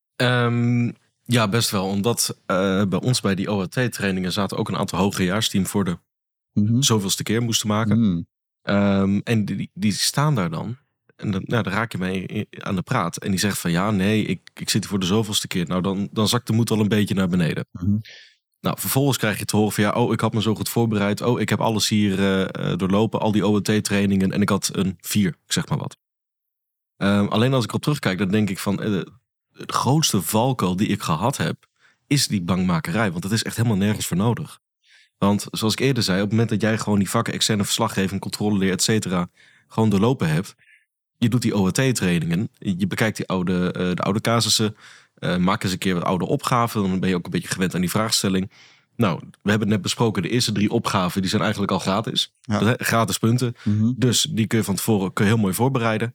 Um, ja, best wel. Omdat uh, bij ons bij die O A T-trainingen zaten ook een aantal hogerejaarsteam voor de mm-hmm. zoveelste keer moesten maken. Mm. Um, en die, die staan daar dan. En dan, nou, dan raak je mee aan de praat. En die zegt van ja, nee, ik, ik zit hier voor de zoveelste keer. Nou, dan, dan zakt de moed al een beetje naar beneden. Mm-hmm. Nou, vervolgens krijg je te horen van ja, oh, ik had me zo goed voorbereid. Oh, ik heb alles hier uh, doorlopen, al die O A T-trainingen. En ik had een vier, ik zeg maar wat. Um, alleen als ik op terugkijk, dan denk ik van... Uh, de grootste valkuil die ik gehad heb, is die bankmakerij. Want dat is echt helemaal nergens voor nodig. Want zoals ik eerder zei, op het moment dat jij gewoon die vakken externe verslaggeving, controleleer, et cetera, gewoon doorlopen hebt. Je doet die O A T-trainingen. Je bekijkt die oude, uh, de oude casussen. Uh, maak eens een keer wat oude opgaven. Dan ben je ook een beetje gewend aan die vraagstelling. Nou, we hebben het net besproken. De eerste drie opgaven, die zijn eigenlijk al gratis. Ja. Gratis punten. Mm-hmm. Dus die kun je van tevoren kun je heel mooi voorbereiden.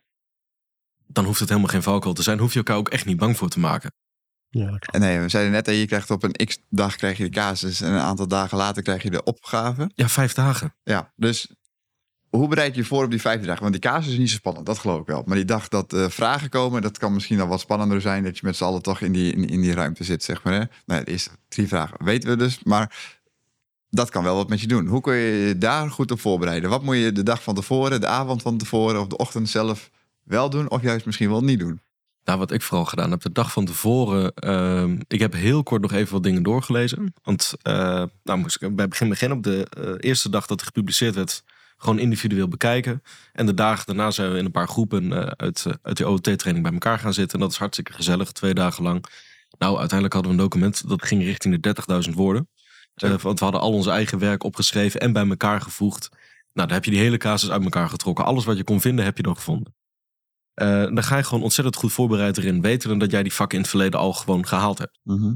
Dan hoeft het helemaal geen valkuil te zijn. Hoef je elkaar ook echt niet bang voor te maken. Ja, nee, we zeiden net dat je krijgt op een x-dag krijg je de casus en een aantal dagen later krijg je de opgave. Ja, vijf dagen. Ja, dus hoe bereid je je voor op die vijf dagen? Want die casus is niet zo spannend, dat geloof ik wel. Maar die dag dat uh, vragen komen, dat kan misschien al wat spannender zijn. Dat je met z'n allen toch in die, in, in die ruimte zit, zeg maar. Hè? Nou, de eerste drie vragen weten we dus, maar dat kan wel wat met je doen. Hoe kun je je daar goed op voorbereiden? Wat moet je de dag van tevoren, de avond van tevoren of de ochtend zelf wel doen of juist misschien wel niet doen? Nou, wat ik vooral gedaan heb, de dag van tevoren... Uh, ik heb heel kort nog even wat dingen doorgelezen. Want uh, nou moest ik bij begin begin op de uh, eerste dag dat het gepubliceerd werd... gewoon individueel bekijken. En de dagen daarna zijn we in een paar groepen uh, uit, uh, uit die O A T-training bij elkaar gaan zitten. En dat is hartstikke gezellig, twee dagen lang. Nou, uiteindelijk hadden we een document dat ging richting de dertigduizend woorden. Uh, want we hadden al ons eigen werk opgeschreven en bij elkaar gevoegd. Nou, daar heb je die hele casus uit elkaar getrokken. Alles wat je kon vinden, heb je dan gevonden. Uh, dan ga je gewoon ontzettend goed voorbereid erin. Beter dan dat jij die vakken in het verleden al gewoon gehaald hebt. Mm-hmm.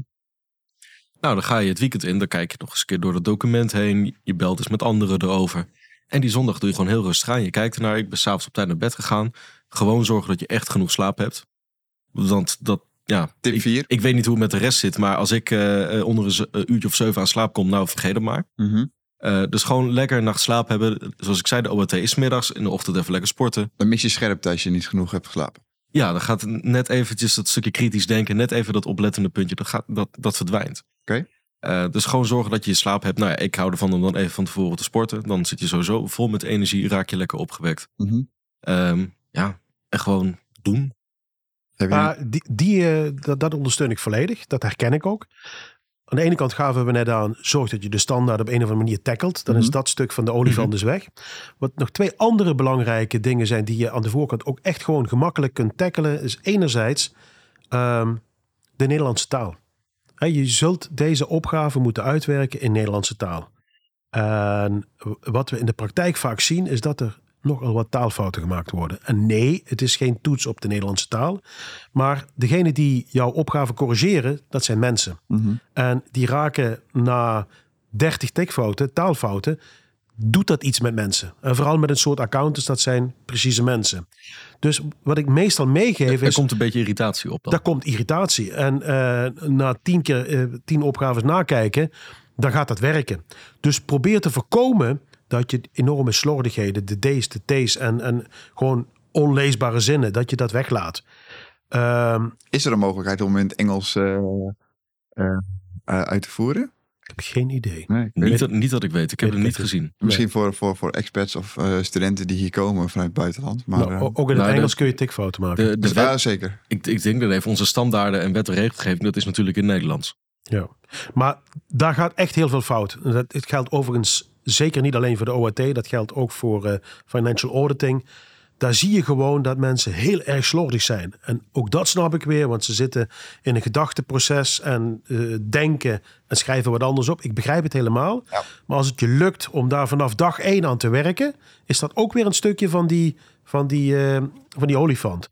Nou, dan ga je het weekend in. Dan kijk je nog eens een keer door het document heen. Je belt eens met anderen erover. En die zondag doe je gewoon heel rustig aan. Je kijkt ernaar. Ik ben s'avonds op tijd naar bed gegaan. Gewoon zorgen dat je echt genoeg slaap hebt. Want dat, ja... Tip vier. Ik, ik weet niet hoe het met de rest zit. Maar als ik uh, onder een uurtje of zeven aan slaap kom, nou vergeet het maar. Mm-hmm. Uh, dus gewoon lekker een nacht slaap hebben. Zoals ik zei, de O A T is 's middags. In de ochtend even lekker sporten. Dan mis je scherpte als je niet genoeg hebt geslapen. Ja, dan gaat net eventjes dat stukje kritisch denken. Net even dat oplettende puntje. Dat, gaat, dat, dat verdwijnt. Oké. Okay. Uh, dus gewoon zorgen dat je je slaap hebt. Nou ja, ik hou ervan om dan even van tevoren te sporten. Dan zit je sowieso vol met energie. Raak je lekker opgewekt. Mm-hmm. Um, ja, en gewoon doen. Uh, die, die, uh, dat, dat ondersteun ik volledig. Dat herken ik ook. Aan de ene kant gaven we net aan, zorg dat je de standaard op een of andere manier tackelt. Dan mm-hmm. is dat stuk van de olifant mm-hmm. dus weg. Wat nog twee andere belangrijke dingen zijn die je aan de voorkant ook echt gewoon gemakkelijk kunt tackelen, is enerzijds um, de Nederlandse taal. He, je zult deze opgave moeten uitwerken in Nederlandse taal. En wat we in de praktijk vaak zien, is dat er nogal wat taalfouten gemaakt worden. En nee, het is geen toets op de Nederlandse taal. Maar degene die jouw opgave corrigeren, dat zijn mensen. Mm-hmm. En die raken na dertig tikfouten, taalfouten, doet dat iets met mensen. En vooral met een soort accountants, dat zijn precieze mensen. Dus wat ik meestal meegeef is... Er komt een beetje irritatie op dan. Daar komt irritatie. En uh, na tien keer uh, tien opgaves nakijken, dan gaat dat werken. Dus probeer te voorkomen dat je enorme slordigheden, de D's, de T's en, en gewoon onleesbare zinnen, dat je dat weglaat. Uh, Is er een mogelijkheid om in het Engels uh, uh, uh, uit te voeren? Ik heb geen idee. Nee, niet, dat, niet dat ik weet. Ik heb weet het niet het. gezien. Misschien Nee. voor, voor, voor expats of uh, studenten die hier komen vanuit het buitenland. Maar, Nou, uh, ook in het nou, Engels de, kun je tikfouten maken. De, de dus wet, ja, zeker. ik, ik denk dat even onze standaarden en wet en regelgeving, dat is natuurlijk in het Nederlands. Ja, maar daar gaat echt heel veel fout. Dat, het geldt overigens zeker niet alleen voor de O A T. Dat geldt ook voor uh, financial auditing. Daar zie je gewoon dat mensen heel erg slordig zijn. En ook dat snap ik weer, want ze zitten in een gedachteproces en uh, denken en schrijven wat anders op. Ik begrijp het helemaal. Ja. Maar als het je lukt om daar vanaf dag één aan te werken, is dat ook weer een stukje van die, van die, uh, van die olifant.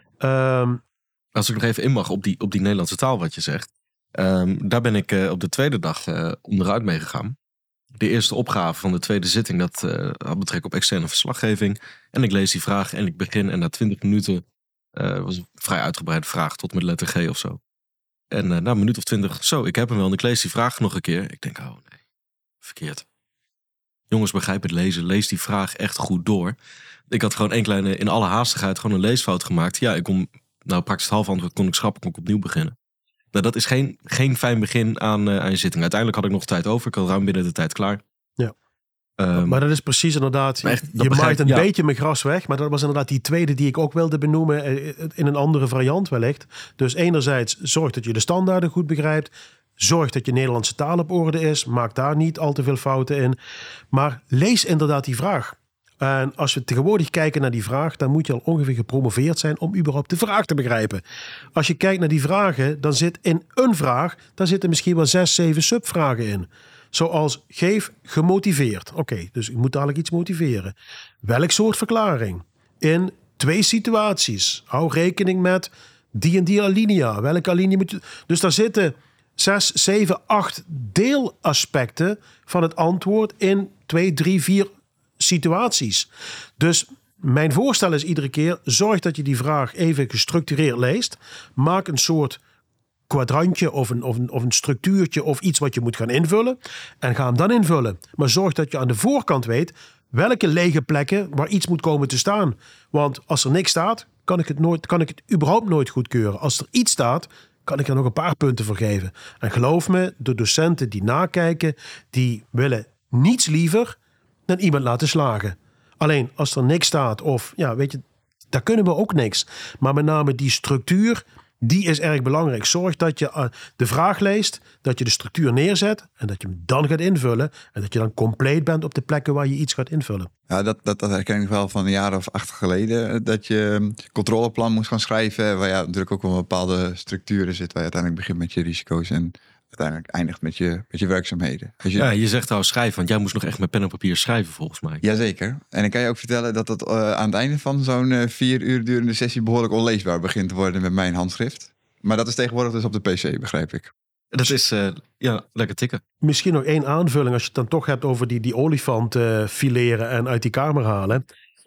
Um, Als ik nog even in mag op die, op die Nederlandse taal wat je zegt. Um, daar ben ik uh, op de tweede dag uh, onderuit mee gegaan. De eerste opgave van de tweede zitting, dat uh, had betrekking op externe verslaggeving. En ik lees die vraag en ik begin en na twintig minuten, uh, was een vrij uitgebreide vraag tot met letter G of zo. En uh, na een minuut of twintig, zo, ik heb hem wel en ik lees die vraag nog een keer. Ik denk, oh nee, verkeerd. Jongens, begrijp het lezen, lees die vraag echt goed door. Ik had gewoon één kleine, in alle haastigheid, gewoon een leesfout gemaakt. Ja, ik kon, nou praktisch het half antwoord kon ik schrappen, kon ik opnieuw beginnen. Nou, dat is geen, geen fijn begin aan, uh, aan je zitting. Uiteindelijk had ik nog tijd over. Ik had ruim binnen de tijd klaar. Ja. Um, maar dat is precies inderdaad... echt, je maait een ja. beetje mijn gras weg. Maar dat was inderdaad die tweede die ik ook wilde benoemen. In een andere variant wellicht. Dus enerzijds zorg dat je de standaarden goed begrijpt. Zorg dat je Nederlandse taal op orde is. Maak daar niet al te veel fouten in. Maar lees inderdaad die vraag. En als we tegenwoordig kijken naar die vraag, dan moet je al ongeveer gepromoveerd zijn om überhaupt de vraag te begrijpen. Als je kijkt naar die vragen, dan zit in een vraag, daar zitten misschien wel zes, zeven subvragen in. Zoals geef gemotiveerd. Oké, okay, dus ik moet dadelijk iets motiveren. Welk soort verklaring? In twee situaties. Hou rekening met die en die alinea. Welke alinea moet je... Dus daar zitten zes, zeven, acht deelaspecten van het antwoord in twee, drie, vier situaties. Dus mijn voorstel is iedere keer, zorg dat je die vraag even gestructureerd leest. Maak een soort kwadrantje of een, of, een, of een structuurtje of iets wat je moet gaan invullen. En ga hem dan invullen. Maar zorg dat je aan de voorkant weet welke lege plekken waar iets moet komen te staan. Want als er niks staat, kan ik het, nooit, kan ik het überhaupt nooit goedkeuren. Als er iets staat, kan ik er nog een paar punten voor geven. En geloof me, de docenten die nakijken, die willen niets liever dan iemand laten slagen. Alleen als er niks staat of ja, weet je, daar kunnen we ook niks. Maar met name die structuur, die is erg belangrijk. Zorg dat je uh, de vraag leest, dat je de structuur neerzet en dat je hem dan gaat invullen en dat je dan compleet bent op de plekken waar je iets gaat invullen. Ja, dat, dat, dat herken ik wel van een jaar of acht geleden. Dat je een controleplan moest gaan schrijven, waar ja, natuurlijk ook wel een bepaalde structuren zit, waar je uiteindelijk begint met je risico's en uiteindelijk eindigt met je, met je werkzaamheden. Als je... Ja, je zegt trouwens schrijven, want jij moest nog echt met pen en papier schrijven volgens mij. Jazeker. En ik kan je ook vertellen dat dat uh, aan het einde van zo'n uh, vier uur durende sessie behoorlijk onleesbaar begint te worden met mijn handschrift. Maar dat is tegenwoordig dus op de P C, begrijp ik. Dat is uh, ja, lekker tikken. Misschien nog één aanvulling als je het dan toch hebt over die, die olifant uh, fileren en uit die kamer halen.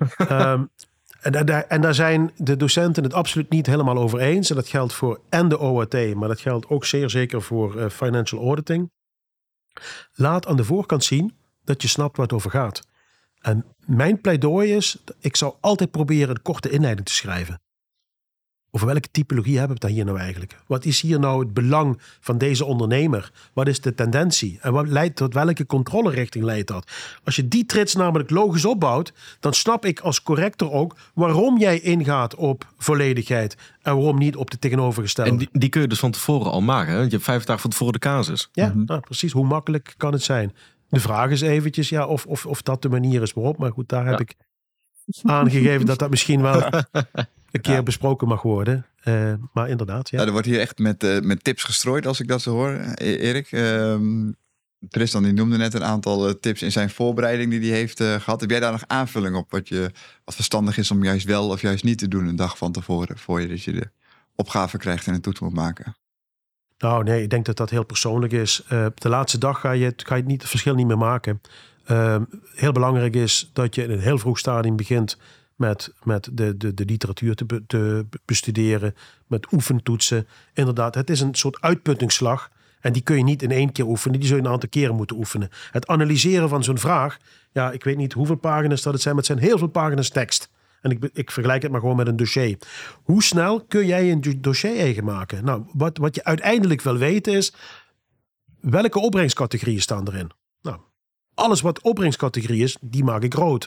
um, En, en, en daar zijn de docenten het absoluut niet helemaal over eens. En dat geldt voor en de O A T, maar dat geldt ook zeer zeker voor uh, financial auditing. Laat aan de voorkant zien dat je snapt waar het over gaat. En mijn pleidooi is, ik zou altijd proberen een korte inleiding te schrijven. Over welke typologie hebben we het dan hier nou eigenlijk? Wat is hier nou het belang van deze ondernemer? Wat is de tendentie? En wat leidt tot welke controlerichting leidt dat? Als je die trits namelijk logisch opbouwt, dan snap ik als corrector ook waarom jij ingaat op volledigheid en waarom niet op de tegenovergestelde. En die, die kun je dus van tevoren al maken. Hè? Want je hebt vijf dagen van tevoren de casus. Ja, Mm-hmm. nou, precies. Hoe makkelijk kan het zijn? De vraag is eventjes ja, of, of, of dat de manier is waarop. Maar goed, daar heb ja. ik aangegeven dat dat misschien wel een keer ja. besproken mag worden. Uh, maar inderdaad, ja. ja. Er wordt hier echt met, uh, met tips gestrooid als ik dat zo hoor, Erik. Um, Tristan die noemde net een aantal uh, tips in zijn voorbereiding die hij heeft uh, gehad. Heb jij daar nog aanvulling op wat, je, wat verstandig is om juist wel of juist niet te doen een dag van tevoren, voor je dat je de opgave krijgt en een toets moet maken? Nou nee, ik denk dat dat heel persoonlijk is. Uh, de laatste dag ga je, ga je niet, het verschil niet meer maken. Uh, heel belangrijk is dat je in een heel vroeg stadium begint met, met de, de, de literatuur te, be, te bestuderen, met oefentoetsen. Inderdaad, het is een soort uitputtingsslag. En die kun je niet in één keer oefenen. Die zul je een aantal keren moeten oefenen. Het analyseren van zo'n vraag. Ja, ik weet niet hoeveel pagina's dat het zijn. Maar het zijn heel veel pagina's tekst. En ik, ik vergelijk het maar gewoon met een dossier. Hoe snel kun jij een dossier eigen maken? Nou, wat, wat je uiteindelijk wil weten is, welke opbrengstcategorieën staan erin? Nou, alles wat opbrengstcategorie is, die maak ik rood.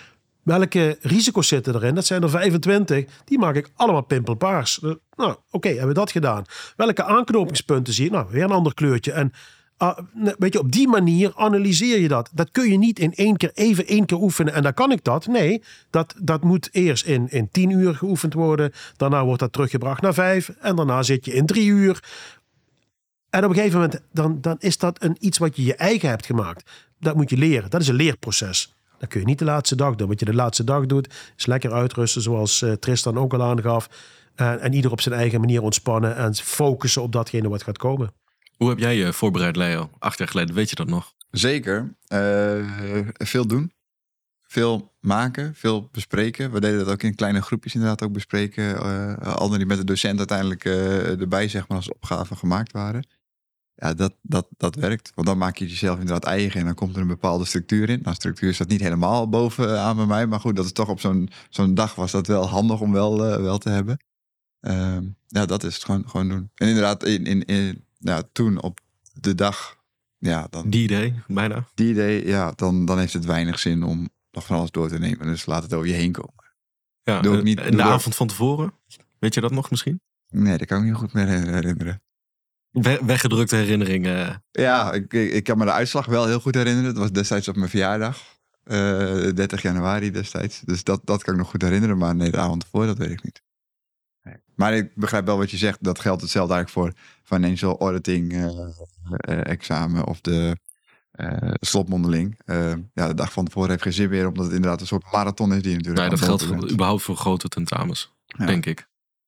Welke risico's zitten erin? Dat zijn er vijfentwintig. Die maak ik allemaal pimpelpaars. Nou, oké, okay, hebben we dat gedaan. Welke aanknopingspunten zie je? Nou, weer een ander kleurtje. En uh, weet je, op die manier analyseer je dat. Dat kun je niet in één keer even één keer oefenen. En dan kan ik dat. Nee, dat, dat moet eerst in, in tien uur geoefend worden. Daarna wordt dat teruggebracht naar vijf. En daarna zit je in drie uur. En op een gegeven moment, dan, dan is dat een, iets wat je je eigen hebt gemaakt. Dat moet je leren. Dat is een leerproces. Dat kun je niet de laatste dag doen. Wat je de laatste dag doet, is lekker uitrusten, zoals uh, Tristan ook al aangaf. Uh, en ieder op zijn eigen manier ontspannen en focussen op datgene wat gaat komen. Hoe heb jij je voorbereid, Leo? Acht jaar geleden, weet je dat nog? Zeker. Uh, veel doen. Veel maken, veel bespreken. We deden dat ook in kleine groepjes inderdaad ook bespreken. Uh, al die met de docent uiteindelijk uh, erbij, zeg maar, als opgaven gemaakt waren. Ja, dat, dat, dat werkt. Want dan maak je het jezelf inderdaad eigen en dan komt er een bepaalde structuur in. Nou, structuur staat niet helemaal bovenaan bij mij. Maar goed, dat is toch op zo'n, zo'n dag was dat wel handig om wel, uh, wel te hebben. Uh, ja, dat is het gewoon, gewoon doen. En inderdaad, in, in, in, ja, toen op de dag... Ja, dan, die idee, bijna. Die idee, ja, dan, dan heeft het weinig zin om nog van alles door te nemen. Dus laat het over je heen komen. Ja, doe ik niet, en de doe avond van tevoren? Weet je dat nog misschien? Nee, dat kan ik me niet goed meer herinneren. We- weggedrukte herinneringen. Ja, ik, ik kan me de uitslag wel heel goed herinneren. Het was destijds op mijn verjaardag. Uh, dertig januari destijds. Dus dat, dat kan ik nog goed herinneren. Maar nee, de avond ervoor, dat weet ik niet. Nee. Maar ik begrijp wel wat je zegt. Dat geldt hetzelfde eigenlijk voor financial auditing uh, uh, examen of de uh, slotmondeling. Uh, ja, de dag van tevoren heeft geen zin meer. Omdat het inderdaad een soort marathon is die je natuurlijk... Nee, dat geldt voor, überhaupt voor grote tentamens, ja. Denk ik.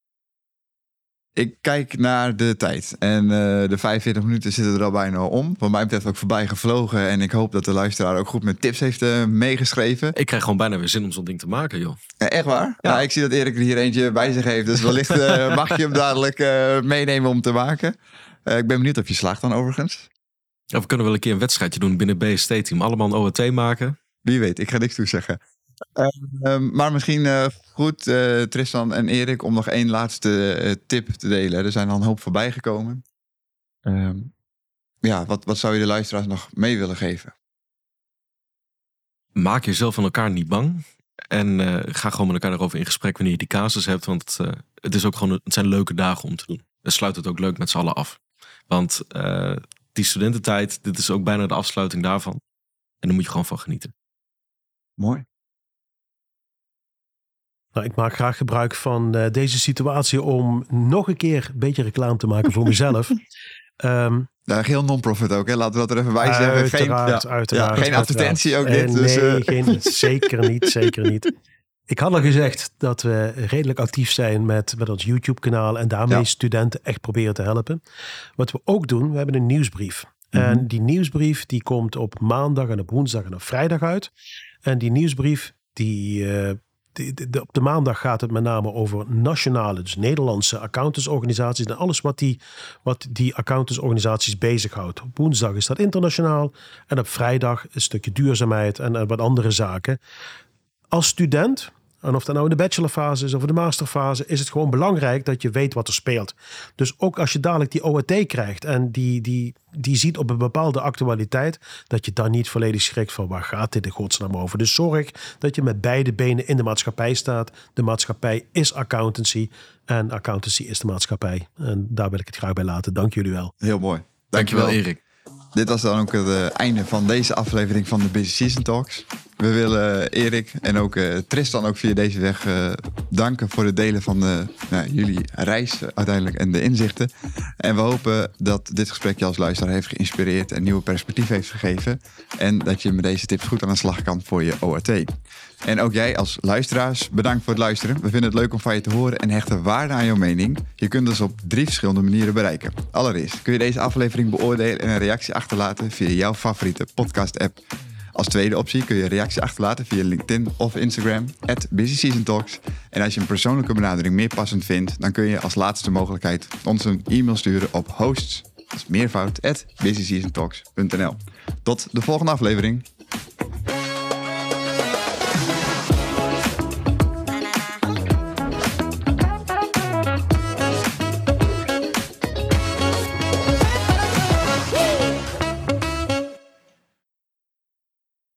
Ik kijk naar de tijd en uh, de vijfenveertig minuten zitten er al bijna om. Wat mij betreft ook voorbij gevlogen. En ik hoop dat de luisteraar ook goed met tips heeft uh, meegeschreven. Ik krijg gewoon bijna weer zin om zo'n ding te maken, joh. Ja, echt waar? Ja. Nou, ik zie dat Erik er hier eentje bij zich heeft. Dus wellicht uh, mag je hem dadelijk uh, meenemen om te maken. Uh, ik ben benieuwd of je slaagt dan overigens. Ja, we kunnen wel een keer een wedstrijdje doen binnen B S T-team. Allemaal een O A T maken. Wie weet, ik ga niks toezeggen. Uh, uh, maar misschien uh, goed, uh, Tristan en Erik, om nog één laatste uh, tip te delen. Er zijn al een hoop voorbij gekomen. Uh, ja, wat, wat zou je de luisteraars nog mee willen geven? Maak jezelf van elkaar niet bang. En uh, ga gewoon met elkaar erover in gesprek wanneer je die casus hebt. Want uh, het, is ook gewoon, het zijn leuke dagen om te doen. En sluit het ook leuk met z'n allen af. Want uh, die studententijd, dit is ook bijna de afsluiting daarvan. En daar moet je gewoon van genieten. Mooi. Nou, ik maak graag gebruik van uh, deze situatie om nog een keer een beetje reclame te maken voor mezelf. Um, ja, heel non-profit ook, hè? Laten we dat er even bij zeggen. Uiteraard, geen, ja, uiteraard. Ja, geen advertentie ook dit. Uh, dus, nee, uh... geen, zeker niet, zeker niet. Ik had al gezegd dat we redelijk actief zijn met, met ons YouTube-kanaal en daarmee ja. studenten echt proberen te helpen. Wat we ook doen, we hebben een nieuwsbrief. Mm-hmm. En die nieuwsbrief die komt op maandag en op woensdag en op vrijdag uit. En die nieuwsbrief die... Uh, De, de, op de maandag gaat het met name over nationale, dus Nederlandse accountantsorganisaties en alles wat die, wat die accountantsorganisaties bezighoudt. Op woensdag is dat internationaal en op vrijdag een stukje duurzaamheid en, en wat andere zaken. Als student, en of dat nou in de bachelorfase is of in de masterfase, is het gewoon belangrijk dat je weet wat er speelt. Dus ook als je dadelijk die O A T krijgt en die, die, die ziet op een bepaalde actualiteit, dat je dan niet volledig schrikt van waar gaat dit in godsnaam over. Dus zorg dat je met beide benen in de maatschappij staat. De maatschappij is accountancy en accountancy is de maatschappij. En daar wil ik het graag bij laten. Dank jullie wel. Heel mooi. Dankjewel, Erik. dit was dan ook het uh, einde van deze aflevering van de Busy Season Talks. We willen Erik en ook uh, Tristan ook via deze weg uh, danken voor het delen van de, nou, jullie reis uh, uiteindelijk en de inzichten. En we hopen dat dit gesprek je als luisteraar heeft geïnspireerd en nieuwe perspectief heeft gegeven. En dat je met deze tips goed aan de slag kan voor je O A T. En ook jij als luisteraars, bedankt voor het luisteren. We vinden het leuk om van je te horen en hechten waarde aan jouw mening. Je kunt ons op drie verschillende manieren bereiken. Allereerst kun je deze aflevering beoordelen en een reactie achterlaten via jouw favoriete podcast-app. Als tweede optie kun je een reactie achterlaten via LinkedIn of Instagram, at Busy Season Talks. En als je een persoonlijke benadering meer passend vindt, dan kun je als laatste mogelijkheid ons een e-mail sturen op hosts, dat is meervoud, at busyseasontalks punt n l. Tot de volgende aflevering.